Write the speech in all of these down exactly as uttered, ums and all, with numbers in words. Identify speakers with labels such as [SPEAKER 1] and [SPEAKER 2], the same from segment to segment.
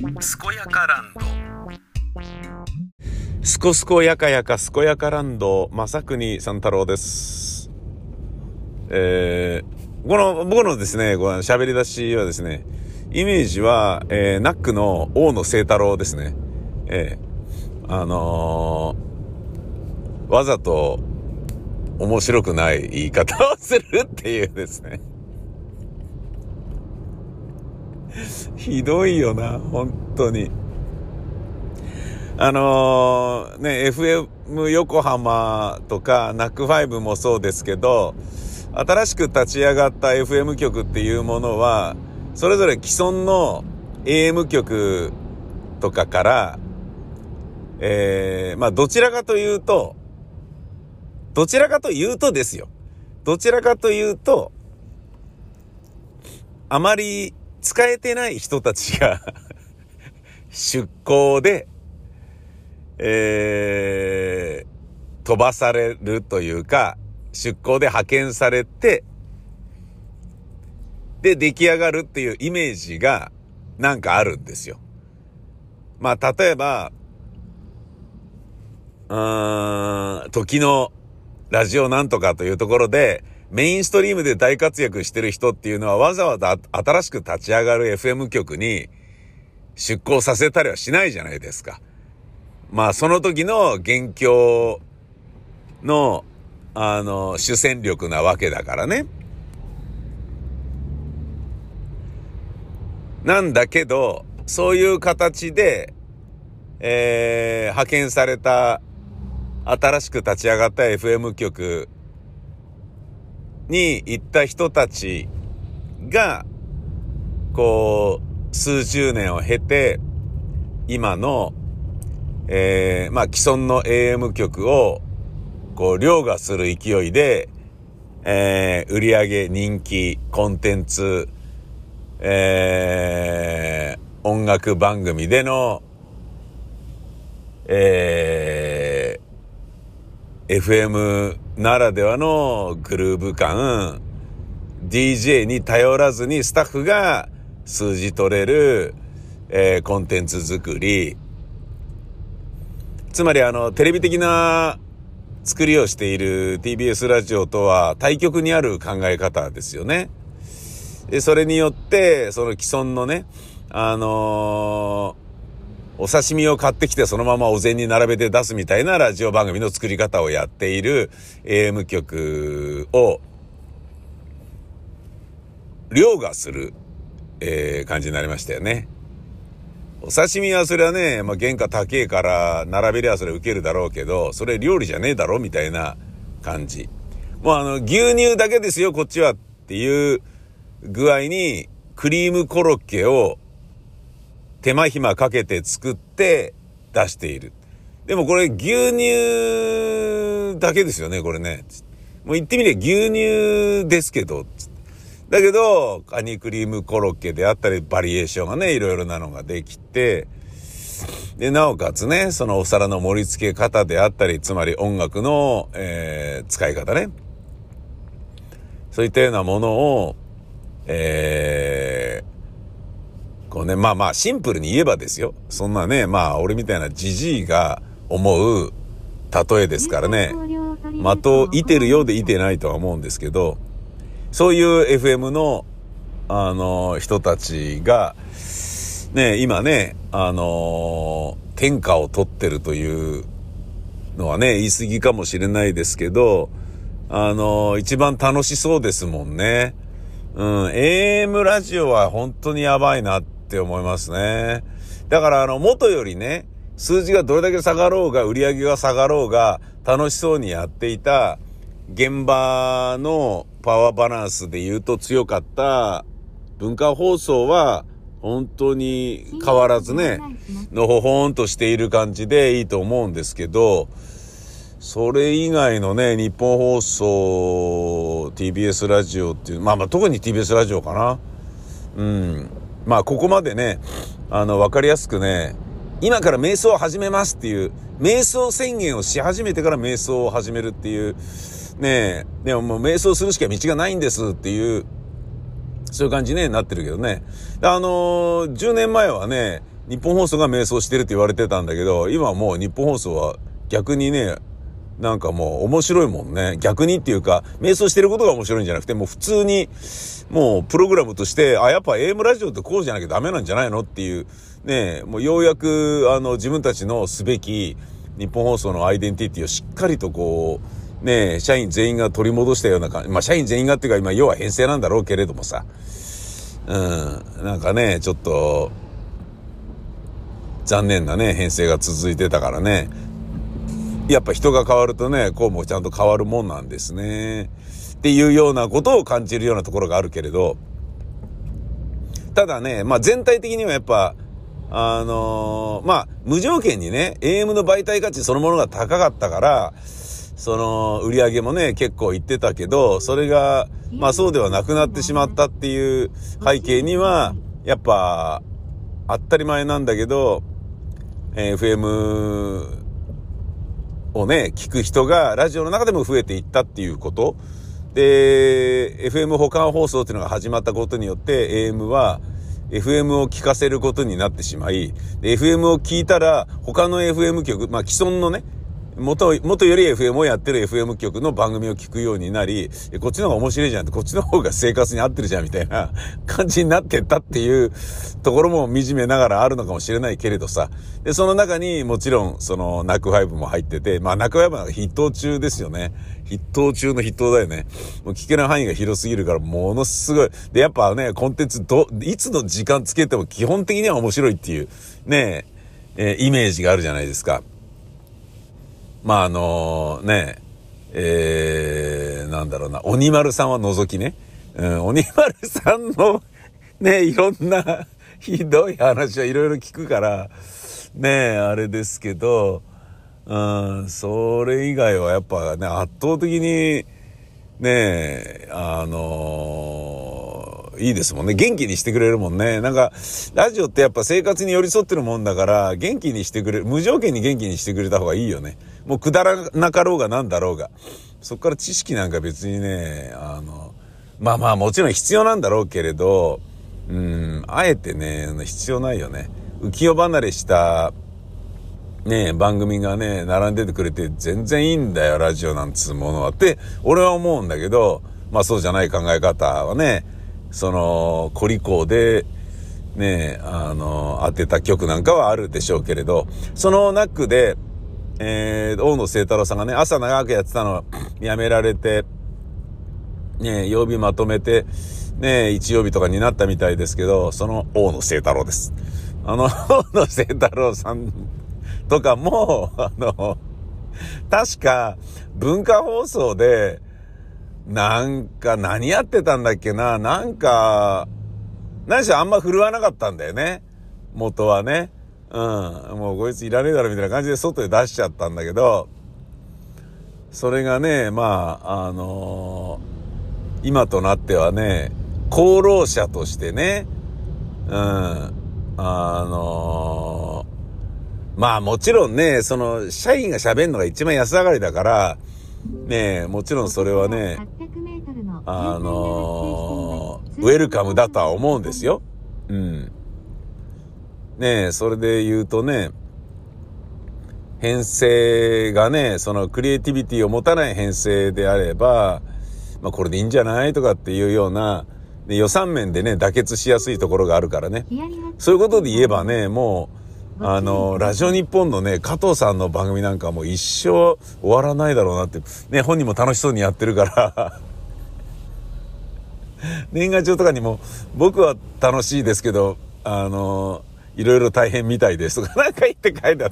[SPEAKER 1] すこやかランド。すこすこやかやかすこやかランド、正国三太郎です。えー、この僕のですね、この喋り出しはですね、イメージは、えー、ナックの大野清太郎ですね。えー、あのー、わざと面白くない言い方をするっていうですね。ひどいよな、本当に。あのー、ね、エフエム 横浜とか ナックファイブ もそうですけど、新しく立ち上がった エフエム 局っていうものは、それぞれ既存の エーエム 局とかから、えー、まあどちらかというと、どちらかというとですよ。どちらかというと、あまり使えてない人たちが出向で、えー、飛ばされるというか、出向で派遣されて、で、出来上がるっていうイメージがなんかあるんですよ。まあ、例えば、うーん、時のラジオなんとかというところで、メインストリームで大活躍してる人っていうのはわざわざ新しく立ち上がる エフエム 局に出向させたりはしないじゃないですか。まあその時の現況のあの主戦力なわけだからね。なんだけどそういう形で、えー、派遣された新しく立ち上がった エフエム 局に行った人たちがこう数十年を経て今のえー、まあ既存の エーエム 局をこう凌駕する勢いで、えー、売り上げ、人気、コンテンツ、えー、音楽番組での、えー、エフエム ならではのグルーヴ感、ディージェー に頼らずにスタッフが数字取れる、えー、コンテンツ作り、つまりあのテレビ的な作りをしている ティービーエス ラジオとは対極にある考え方ですよね。でそれによってその既存のね、あのー、お刺身を買ってきてそのままお膳に並べて出すみたいなラジオ番組の作り方をやっている エーエム 局を凌駕する、えー、感じになりましたよね。お刺身はそれはね、まあ、原価高えから並べりゃそれ受けるだろうけど、それ料理じゃねえだろみたいな感じ。もうあの、牛乳だけですよ、こっちはっていう具合に、クリームコロッケを手間暇かけて作って出している。でもこれ牛乳だけですよね、これね。もう言ってみれば牛乳ですけど、だけどカニクリームコロッケであったりバリエーションがねいろいろなのができて、でなおかつねそのお皿の盛り付け方であったり、つまり音楽の、えー、使い方ね、そういったようなものを、えー、こうねまあまあシンプルに言えばですよ、そんなねまあ俺みたいなジジイが思う例えですからね、的を射てるようで射てないとは思うんですけど、そういう エフエム の、あのー、人たちが、ね、今ね、あのー、天下を取ってるというのはね、言い過ぎかもしれないですけど、あのー、一番楽しそうですもんね。うん、エーエム ラジオは本当にやばいなって思いますね。だからあの、元よりね、数字がどれだけ下がろうが、売り上げが下がろうが、楽しそうにやっていた、現場のパワーバランスで言うと強かった文化放送は本当に変わらずねのほほんとしている感じでいいと思うんですけど、それ以外のね日本放送 ティービーエス ラジオっていう、まあまあ特に ティービーエス ラジオかな、うんまあここまでねあの分かりやすくね、今から瞑想を始めますっていう瞑想宣言をし始めてから瞑想を始めるっていうねえ、でももう瞑想するしか道がないんですっていう、そういう感じね、なってるけどね。あのー、じゅうねんまえはね、 日本放送が迷走してるって言われてたんだけど、今はもう日本放送は逆にね、なんかもう面白いもんね。逆にっていうか、迷走してることが面白いんじゃなくて、もう普通に、もうプログラムとして、あ、やっぱ エーエム ラジオってこうじゃなきゃダメなんじゃないのっていう、ね、もうようやく、あの、自分たちのすべき日本放送のアイデンティティをしっかりとこう、ね、社員全員が取り戻したような感じ。まあ、社員全員がっていうか、今、要は編成なんだろうけれどもさ。うん、なんかね、ちょっと、残念なね、編成が続いてたからね。やっぱ人が変わるとね、こうもちゃんと変わるもんなんですね。っていうようなことを感じるようなところがあるけれど、ただね、まあ全体的にはやっぱ、あのー、まあ無条件にね、エーエム の媒体価値そのものが高かったから、その売り上げもね、結構いってたけど、それが、まあそうではなくなってしまったっていう背景には、やっぱ、当たり前なんだけど、エフエム をね、聞く人がラジオの中でも増えていったっていうこと。で、エフエム 補完放送っていうのが始まったことによって、エーエム は エフエム を聞かせることになってしまい、で エフエム を聞いたら、他の エフエム 局、まあ既存のね、元、元より エフエム をやってる エフエム 局の番組を聞くようになり、こっちの方が面白いじゃんって、こっちの方が生活に合ってるじゃんみたいな感じになってったっていうところも惨めながらあるのかもしれないけれどさ。で、その中にもちろん、その、ナックファイブも入ってて、まあナックファイブは筆頭中ですよね。筆頭中の筆頭だよね。もう聞けない範囲が広すぎるから、ものすごい。で、やっぱね、コンテンツど、いつの時間つけても基本的には面白いっていう、ねえ、えー、イメージがあるじゃないですか。まああのね、えー、なんだろうな、鬼丸さんは除きね、うん、鬼丸さんのね、いろんなひどい話はいろいろ聞くから、ね、あれですけど、うん、それ以外はやっぱね、圧倒的に、ね、あのー、いいですもんね。元気にしてくれるもんね。なんか、ラジオってやっぱ生活に寄り添ってるもんだから、元気にしてくれる、無条件に元気にしてくれた方がいいよね。もうくだらなかろうがなんだろうが。そっから知識なんか別にね、あの、まあまあもちろん必要なんだろうけれど、うん、あえてね、必要ないよね。浮世離れした、ね、番組がね、並んでてくれて全然いいんだよ、ラジオなんつうものはって、俺は思うんだけど、まあそうじゃない考え方はね、その、コリコで、ね、あの、当てた曲なんかはあるでしょうけれど、そのナックで、えー、大野清太郎さんがね、朝長くやってたのやめられて、ね、曜日まとめて、ね、一曜日とかになったみたいですけど、その大野清太郎です。あの、大野清太郎さんとかも、あの、確か文化放送で、なんか何やってたんだっけな、なんか、何しろあんま振るわなかったんだよね。元はね。うん。もうこいついらねえだろみたいな感じで外で出しちゃったんだけど、それがね、まあ、あのー、今となってはね、功労者としてね、うん、あのー、まあもちろんね、その、社員が喋るのが一番安上がりだから、ねえ、もちろんそれはね、あのー、ウェルカムだとは思うんですよ。うん。ねえ、それで言うとね、編成がね、そのクリエイティビティを持たない編成であれば、まあこれでいいんじゃないとかっていうような、で予算面でね、妥結しやすいところがあるからね。そういうことで言えばね、もう、あの、ラジオ日本のね、加藤さんの番組なんかもう一生終わらないだろうなって、ね、本人も楽しそうにやってるから、年賀状とかにも、僕は楽しいですけど、あの、いろいろ大変みたいですとかなんか言って書いてあって、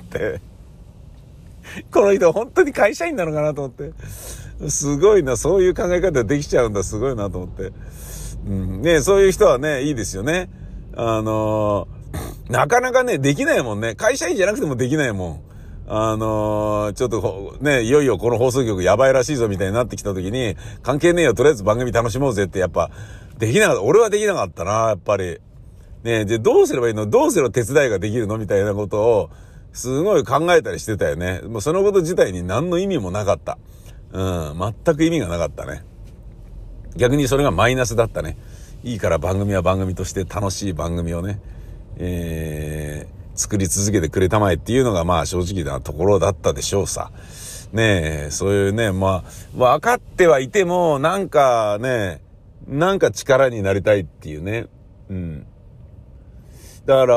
[SPEAKER 1] この人本当に会社員なのかなと思って、すごいな、そういう考え方できちゃうんだ、すごいなと思って。うん、ね、そういう人はね、いいですよね。あのー、なかなかね、できないもんね。会社員じゃなくてもできないもん。あのー、ちょっとね、いよいよこの放送局やばいらしいぞみたいになってきた時に、関係ねえよ、とりあえず番組楽しもうぜってやっぱ、できなかった。俺はできなかったな、やっぱり。ね、で、どうすればいいの？どうすれば手伝いができるのみたいなことを、すごい考えたりしてたよね。もうそのこと自体に何の意味もなかった。うん、全く意味がなかったね。逆にそれがマイナスだったね。いいから番組は番組として楽しい番組をね、え作り続けてくれたまえっていうのがまあ正直なところだったでしょうさ。ねえ、そういうね、まあ、分かってはいても、なんかね、なんか力になりたいっていうね。うん。だから、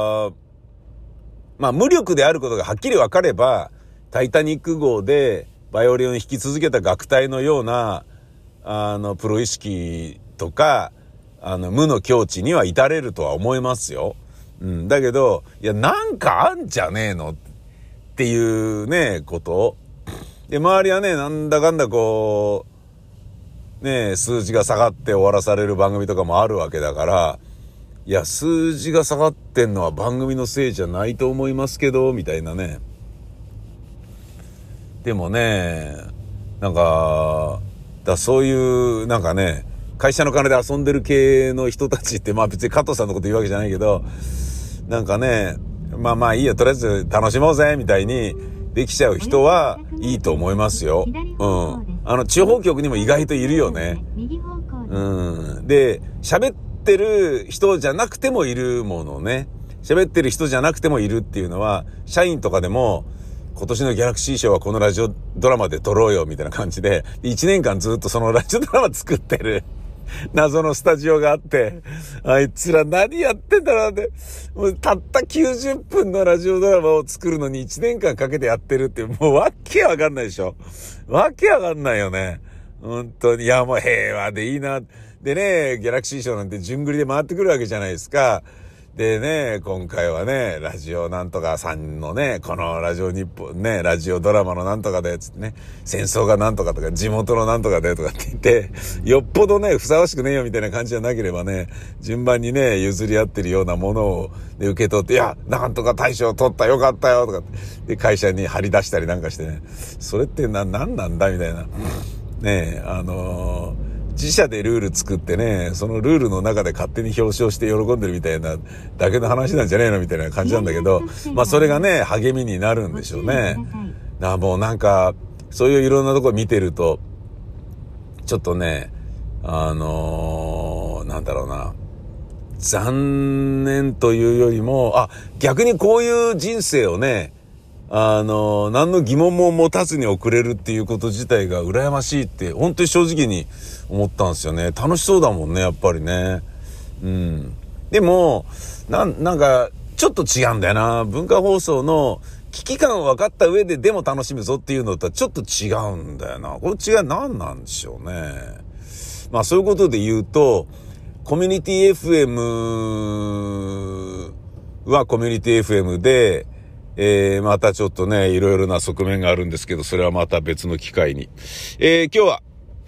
[SPEAKER 1] まあ無力であることがはっきり分かれば、タイタニック号でバイオリンを弾き続けた楽隊のような、あの、プロ意識とか、あの、無の境地には至れるとは思いますよ。うん。だけど、いや、なんかあんじゃねえのっていうね、こと。で、周りはね、なんだかんだこう、ね、数字が下がって終わらされる番組とかもあるわけだから、いや、数字が下がってんのは番組のせいじゃないと思いますけど、みたいなね。でもね、なんか、だそういう、なんかね、会社の金で遊んでる系の人たちって、まあ別に加藤さんのこと言うわけじゃないけど、なんかね、まあまあいいや、とりあえず楽しもうぜ、みたいにできちゃう人はいいと思いますよ。うん。あの、地方局にも意外といるよね。うん。で、喋ってる人じゃなくてもいるものね。喋ってる人じゃなくてもいるっていうのは、社員とかでも、今年のギャラクシー賞はこのラジオドラマで撮ろうよみたいな感じで、いちねんかんずっとそのラジオドラマ作ってる謎のスタジオがあって、あいつら何やってんだろうって、もうたったきゅうじゅっぷんのラジオドラマを作るのにいちねんかんかけてやってるって、もうわけわかんないでしょ。わけわかんないよね。本当に。いやもう平和でいいな。でね、ギャラクシー賞なんて順繰りで回ってくるわけじゃないですか。でね、今回はね、ラジオなんとかさんのね、このラジオ日本ね、ラジオドラマのなんとかで、つってね、戦争がなんとかとか、地元のなんとかでとかって言って、よっぽどね、ふさわしくねえよみたいな感じじゃなければね、順番にね、譲り合ってるようなものを、で、受け取って、いや、なんとか大賞取った、よかったよ、とかって、で、会社に張り出したりなんかしてね、それってな、なんなんだみたいな。ねえ、あのー、自社でルール作ってね、そのルールの中で勝手に表彰して喜んでるみたいなだけの話なんじゃねえのみたいな感じなんだけど、まあそれがね、励みになるんでしょうね。だからもうなんか、そういういろんなとこ見てると、ちょっとね、あのー、なんだろうな、残念というよりも、あ、逆にこういう人生をね、あの、何の疑問も持たずに送れるっていうこと自体が羨ましいって、本当に正直に思ったんですよね。楽しそうだもんね、やっぱりね。うん。でも、なん、なんか、ちょっと違うんだよな。文化放送の危機感を分かった上ででも楽しむぞっていうのとはちょっと違うんだよな。この違い何なんでしょうね。まあそういうことで言うと、コミュニティ エフエム はコミュニティ エフエム で、えー、またちょっとね、いろいろな側面があるんですけど、それはまた別の機会に。えー、今日は、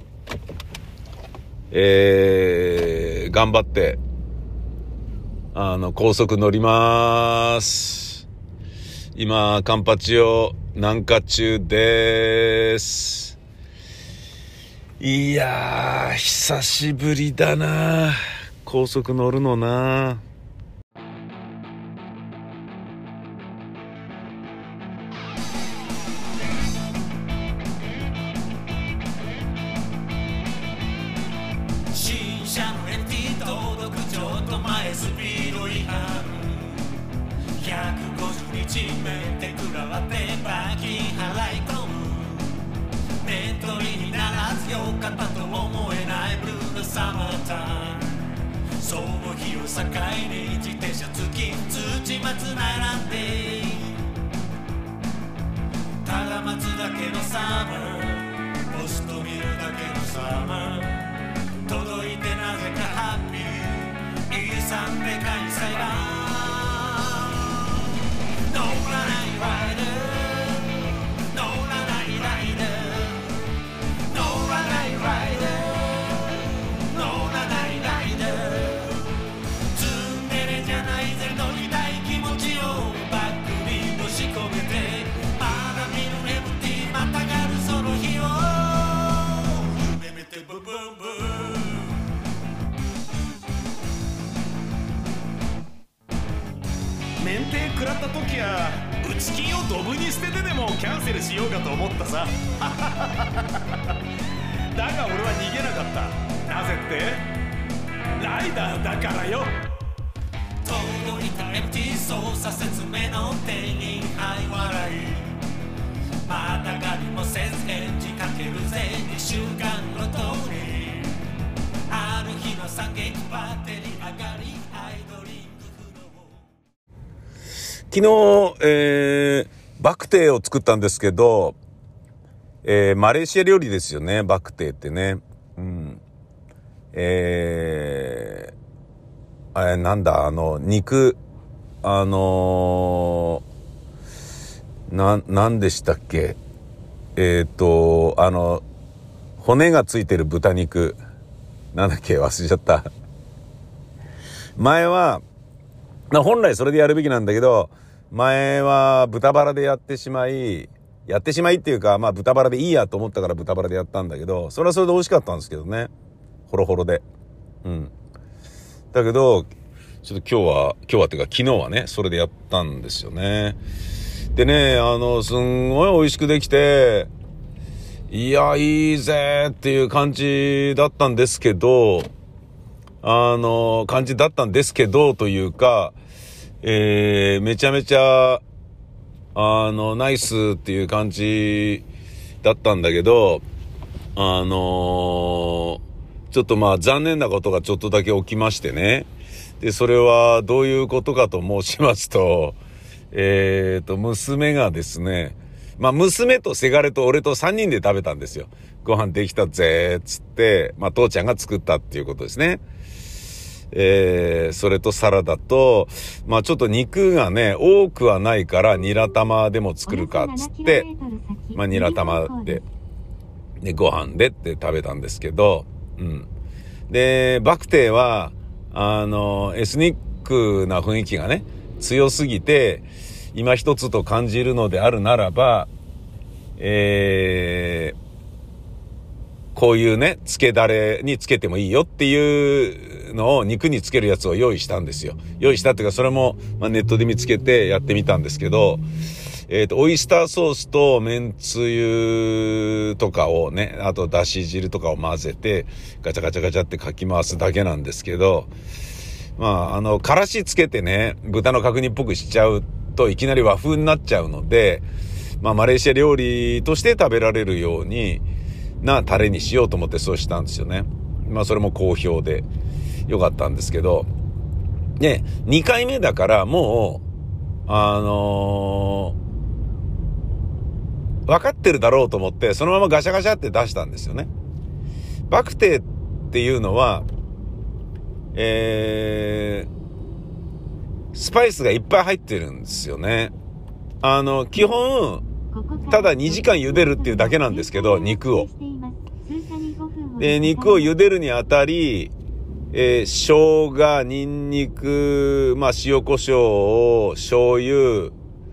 [SPEAKER 1] えー、頑張って、あの、高速乗りまーす。今、カンパチを南下中でーす。いやー、久しぶりだな。高速乗るのな。
[SPEAKER 2] その日を境に自転車付き土松並んでただ待つだけのサマーポスト見るだけのサマー届いてなぜかハッピー遺産でかい裁判乗らないライダー乗らないライダー乗らないライダー免停食らった時は打ち金をドブに捨ててでもキャンセルしようかと思ったさだが俺は逃げなかった。なぜってライダーだからよ。届いたエムティー操作説明
[SPEAKER 1] 昨日、えー、バクテーを作ったんですけど、えー、マレーシア料理ですよね、バクテーってね。うん。えー、あれなんだ、あの、肉、あのー、な、なんでしたっけ。えっと、あの、骨がついてる豚肉。なんだっけ、忘れちゃった。前は、本来それでやるべきなんだけど、前は豚バラでやってしまい、やってしまいっていうか、まあ豚バラでいいやと思ったから豚バラでやったんだけど、それはそれで美味しかったんですけどね。ホロホロで。うん。だけど、ちょっと今日は、今日はっていうか昨日はね、それでやったんですよね。でね、あの、すんごい美味しくできて、いや、いいぜっていう感じだったんですけど、あの、感じだったんですけど、というか、えー、めちゃめちゃ、あの、ナイスっていう感じだったんだけど、あのー、ちょっとまあ残念なことがちょっとだけ起きましてね。で、それはどういうことかと申しますと、えーと、娘がですね、まあ娘とせがれと俺とさんにんで食べたんですよ。ご飯できたぜーっつって、まあ父ちゃんが作ったっていうことですね。えー、それとサラダと、まあちょっと肉がね、多くはないからニラ玉でも作るかっつって、まあニラ玉で、で、ご飯でって食べたんですけど、うん。で、バクテーは、あの、エスニックな雰囲気がね、強すぎて、今一つと感じるのであるならば、えー、こういうね、つけだれにつけてもいいよっていうのを肉につけるやつを用意したんですよ。用意したっていうか、それも、まあ、ネットで見つけてやってみたんですけど、えっと、オイスターソースと麺つゆとかをね、あとだし汁とかを混ぜて、ガチャガチャガチャってかき回すだけなんですけど、まあ、あの、からしつけてね、豚の角煮っぽくしちゃうといきなり和風になっちゃうので、まあ、マレーシア料理として食べられるようになタレにしようと思ってそうしたんですよね。まあ、それも好評でよかったんですけど、ね、にかいめだからもう、あのー、分かってるだろうと思って、そのままガシャガシャって出したんですよね。バクテーっていうのは、えー、スパイスがいっぱい入ってるんですよね。あの、基本、ただにじかん茹でるっていうだけなんですけど、肉を。で、肉を茹でるにあたり、えー、生姜、ニンニク、まあ、塩コショウ、醤油、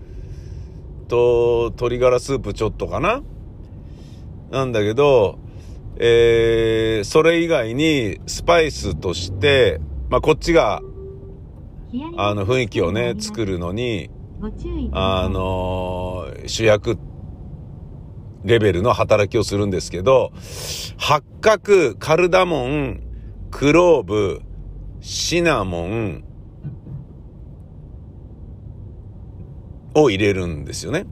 [SPEAKER 1] と、鶏ガラスープちょっとかななんだけど、えー、それ以外にスパイスとして、まあ、こっちが、あの、雰囲気をね、作るのに、あのー、主役レベルの働きをするんですけど、八角、カルダモン、クローブ、シナモンを入れるんですよね。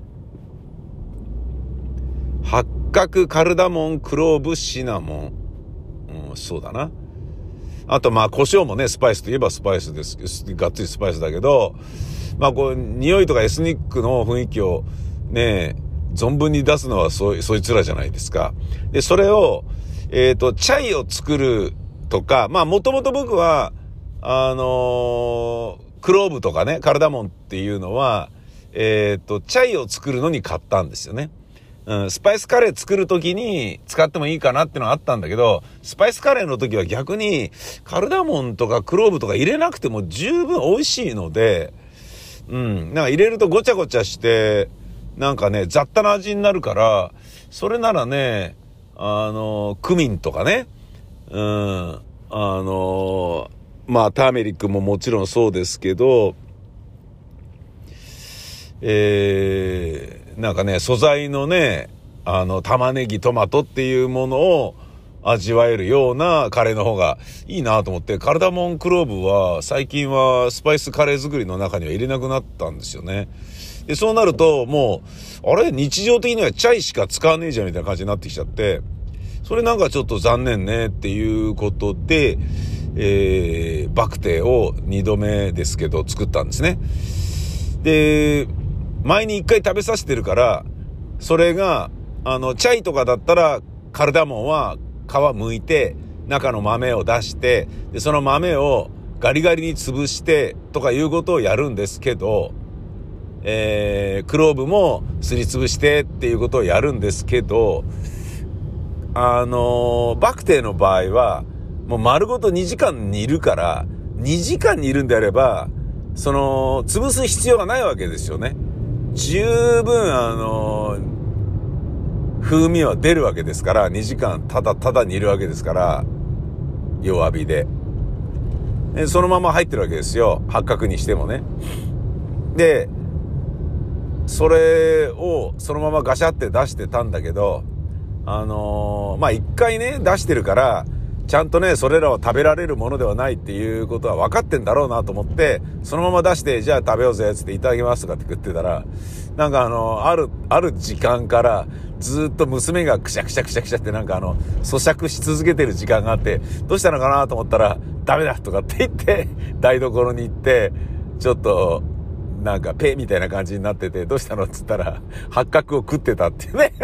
[SPEAKER 1] 八角、カルダモン、クローブ、シナモン。うん、そうだな。あと、まあ、胡椒もね、スパイスといえばスパイスです。がっつりスパイスだけど、まあ、こう、匂いとかエスニックの雰囲気をね、存分に出すのはそ、そいつらじゃないですか。で、それを、えっと、チャイを作るとか、まあ、もともと僕は、あのー、クローブとかね、カルダモンっていうのは、えっと、チャイを作るのに買ったんですよね。うん、スパイスカレー作るときに使ってもいいかなってのはあったんだけど、スパイスカレーの時は逆にカルダモンとかクローブとか入れなくても十分美味しいので、うん、なんか入れるとごちゃごちゃして、なんかね、雑多な味になるから、それならね、あの、クミンとかね、うん、あの、まあ、ターメリックももちろんそうですけど、えー、なんかね、素材のね、あの、玉ねぎ、トマトっていうものを味わえるようなカレーの方がいいなと思って、カルダモンクローブは最近はスパイスカレー作りの中には入れなくなったんですよね。で、そうなるともう、あれ日常的にはチャイしか使わねえじゃんみたいな感じになってきちゃって、それなんかちょっと残念ねっていうことで、えー、バクテーをにどめですけど作ったんですね。 で、前に一回食べさせてるから、それが、あの、チャイとかだったら、カルダモンは皮剥いて、中の豆を出して、で、その豆をガリガリに潰してとかいうことをやるんですけど、えー、クローブもすりつぶしてっていうことをやるんですけど、あのー、バクテーの場合は、もう丸ごとにじかん煮るから、にじかん煮るんであれば、その、潰す必要がないわけですよね。十分、あのー、風味は出るわけですから、にじかんただただ煮るわけですから、弱火で。で、そのまま入ってるわけですよ。八角にしてもね。で、それをそのままガシャって出してたんだけど、あのー、まあ、一回ね、出してるから、ちゃんとね、それらを食べられるものではないっていうことは分かってんだろうなと思って、そのまま出して、じゃあ食べようぜ、つっていただきますとかって食ってたら、なんかあの、ある、ある時間から、ずっと娘がくしゃくしゃくしゃくしゃってなんかあの、咀嚼し続けてる時間があって、どうしたのかなと思ったら、ダメだとかって言って、台所に行って、ちょっと、なんかペみたいな感じになってて、どうしたのっつったら、八角を食ってたっていうね。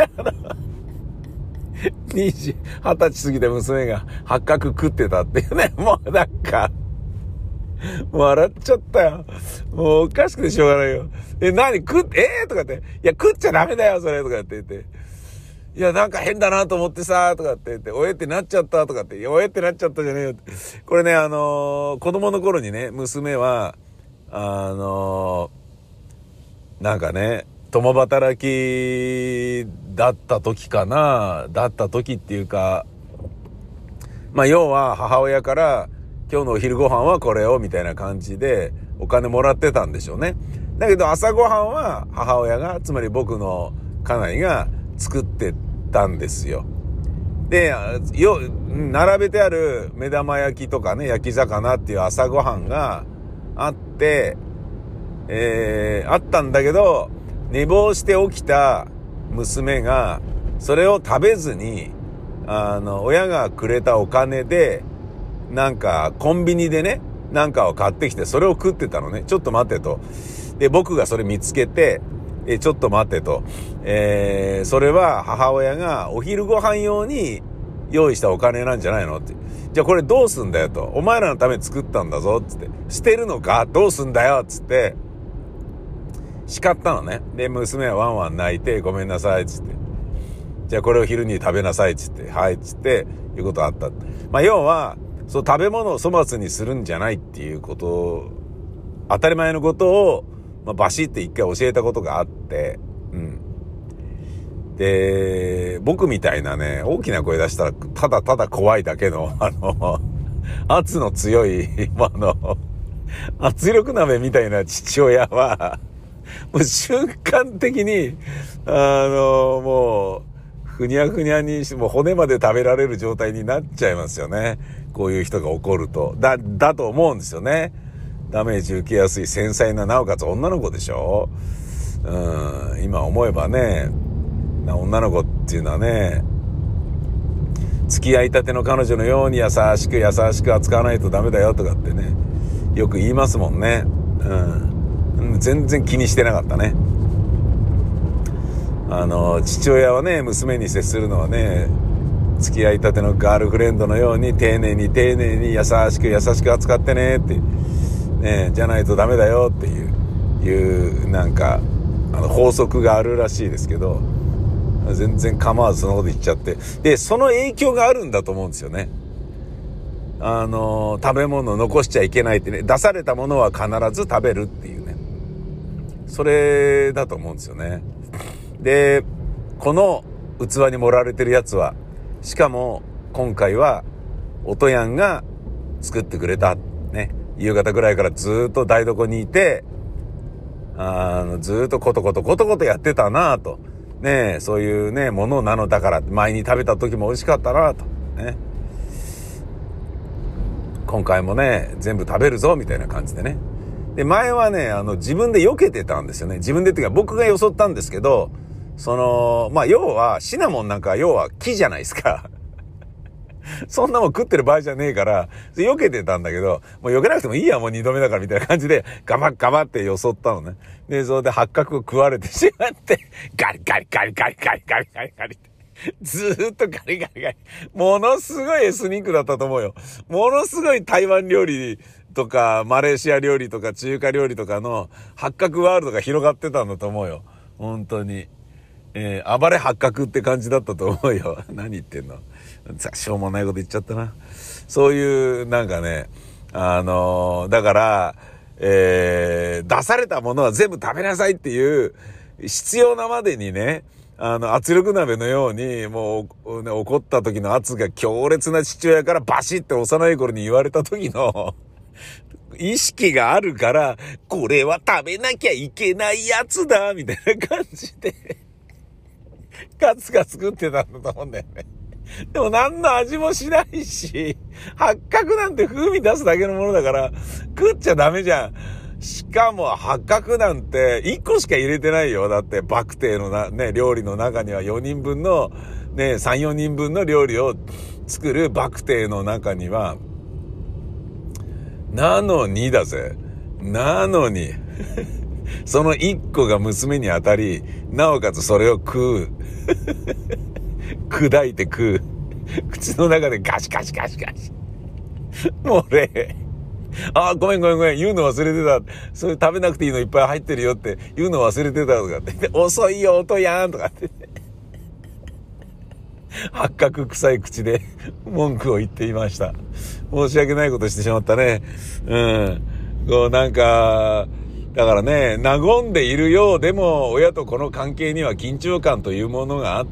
[SPEAKER 1] 二十、二十歳過ぎて娘が八角食ってたっていうね。もうなんか、笑っちゃったよ。もうおかしくてしょうがないよ。え、何食って、えー、とかって、いや食っちゃダメだよ、それとかって言って。いや、なんか変だなと思ってさ、とかって言って、おえってなっちゃったとかって、いや、おえってなっちゃったじゃねえよって。これね、あのー、子供の頃にね、娘は、あのー、なんかね、共働きだった時かな、だった時っていうか、まあ要は母親から今日のお昼ご飯はこれをみたいな感じでお金もらってたんでしょうね。だけど朝ご飯は母親が、つまり僕の家内が作ってたんですよ。で、よ、並べてある目玉焼きとかね、焼き魚っていう朝ごはんがあって、えー、あったんだけど、寝坊して起きた娘が、それを食べずに、あの、親がくれたお金で、なんか、コンビニでね、なんかを買ってきて、それを食ってたのね。ちょっと待ってと。で、僕がそれ見つけて、え、ちょっと待ってと。えー、それは母親がお昼ご飯用に用意したお金なんじゃないのって。じゃあこれどうすんだよと。お前らのために作ったんだぞつって。捨てるのかどうすんだよつって。叱ったのね。で、娘はワンワン泣いて、ごめんなさいつって。じゃあこれを昼に食べなさいつって。はいつって、いうことあった。まあ要は、そう食べ物を粗末にするんじゃないっていうことを、当たり前のことを、まあ、バシって一回教えたことがあって、うん。で、僕みたいなね、大きな声出したら、ただただ怖いだけの、あの、圧の強い、あの、圧力鍋みたいな父親は、もう瞬間的に、あの、もう、ふにゃふにゃにして、もう骨まで食べられる状態になっちゃいますよね。こういう人が起こると。だ、だと思うんですよね。ダメージ受けやすい繊細な、なおかつ女の子でしょ。うん、今思えばね、女の子っていうのはね、付き合いたての彼女のように優しく優しく扱わないとダメだよとかってね、よく言いますもんね。うん、全然気にしてなかったね。あの、父親はね、娘に接するのはね、付き合いたてのガールフレンドのように丁寧に丁寧に優しく優しく扱ってねって、ね、じゃないとダメだよっていう、いう、なんか、あの法則があるらしいですけど、全然構わずそのこと言っちゃって。で、その影響があるんだと思うんですよね。あの、食べ物を残しちゃいけないってね、出されたものは必ず食べるっていうね。それだと思うんですよね。で、この器に盛られてるやつは、しかも今回はおとやんが作ってくれた。ね。夕方ぐらいからずっと台所にいて、あの、ずっとコトコトコトコトやってたなぁと。ねえ、そういうね、ものなのだから、前に食べた時も美味しかったなぁと。ね。今回もね、全部食べるぞ、みたいな感じでね。で、前はね、あの、自分で避けてたんですよね。自分でっていうか、僕がよそったんですけど、その、まあ、要は、シナモンなんか要は木じゃないですか。 そんなもん食ってる場合じゃねえから、避けてたんだけど、もう避けなくてもいいや、もう二度目だからみたいな感じで、ガバッガバってよそったのね。で、それで八角を食われてしまって、ガリガリガリガリガリガリガリガリって。ずーっとガリガリガリ。ものすごいエスニックだったと思うよ。ものすごい台湾料理とか、マレーシア料理とか、中華料理とかの八角ワールドが広がってたんだと思うよ。本当に。えー、暴れ八角って感じだったと思うよ。何言ってんの。しょうもないこと言っちゃったな。そういう、なんかね、あのー、だから、えー、出されたものは全部食べなさいっていう、必要なまでにね、あの、圧力鍋のように、もう、ね、怒った時の圧が強烈な父親からバシッて幼い頃に言われた時の、意識があるから、これは食べなきゃいけないやつだみたいな感じで、カツが作ってたんだと思うんだよね。でも何の味もしないし、八角なんて風味出すだけのものだから、食っちゃダメじゃん。しかも八角なんていっこしか入れてないよ。だってバクテーのな、ね、料理の中にはよにんぶんの、ね、さん、よにんぶんの料理を作るバクテーの中には、なのにだぜ。なのに。そのいっこが娘に当たり、なおかつそれを食う。砕いて食う。口の中でガシガシガシガシ。もう俺、あ、ごめんごめんごめん、言うの忘れてた。それ食べなくていいのいっぱい入ってるよって言うの忘れてたとかって。遅いよ、音やんとかって。八角臭い口で文句を言っていました。申し訳ないことしてしまったね。うん。こうなんか、だからね、和んでいるようでも、親と子の関係には緊張感というものがあって、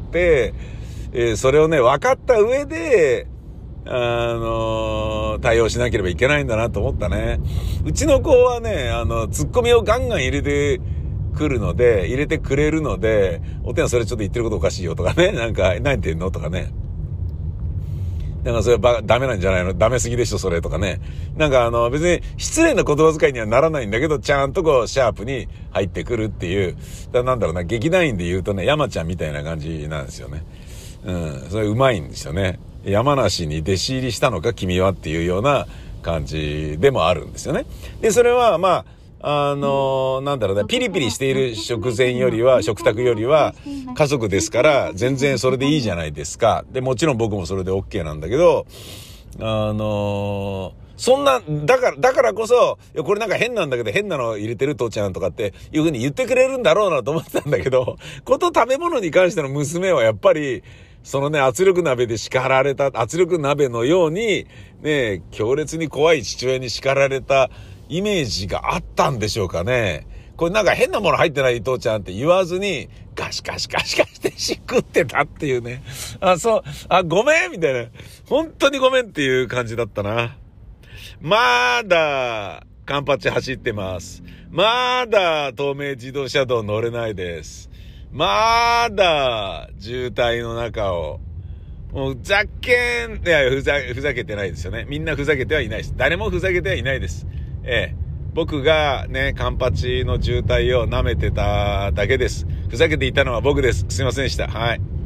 [SPEAKER 1] えー、それをね、分かった上で、あのー、対応しなければいけないんだなと思ったね。うちの子はね、あの、ツッコミをガンガン入れてくるので、入れてくれるので、おてんそれちょっと言ってることおかしいよとかね、なんか、何言ってんのとかね。なんかそれはダメなんじゃないの？ダメすぎでしょそれとかね。なんかあの別に失礼な言葉遣いにはならないんだけど、ちゃんとこうシャープに入ってくるっていう。だなんだろうな、劇団員で言うとね、山ちゃんみたいな感じなんですよね。うん、それうまいんですよね。山梨に弟子入りしたのか君はっていうような感じでもあるんですよね。で、それはまあ、あのー、なんだろうね、ピリピリしている食前よりは、食卓よりは、家族ですから、全然それでいいじゃないですか。で、もちろん僕もそれで OK なんだけど、あのー、そんな、だから、だからこそ、いや、これなんか変なんだけど、変なの入れてる父ちゃんとかっていう風に言ってくれるんだろうなと思ってたんだけど、こと食べ物に関しての娘はやっぱり、そのね、圧力鍋で叱られた、圧力鍋のように、ね、強烈に怖い父親に叱られた、イメージがあったんでしょうかね。これなんか変なもの入ってない父ちゃんって言わずにガシガシガシガシってし食ってたっていうね。あ、そう、あ、ごめんみたいな。本当にごめんっていう感じだったな。まだカンパチ走ってます。まだ東名自動車道乗れないです。まだ渋滞の中を。もうふざけん、いや、ふざ、ふざけてないですよね。みんなふざけてはいないです。誰もふざけてはいないです。ええ、僕がね、カンパチの渋滞を舐めてただけです。ふざけていたのは僕です。すいませんでした。はい。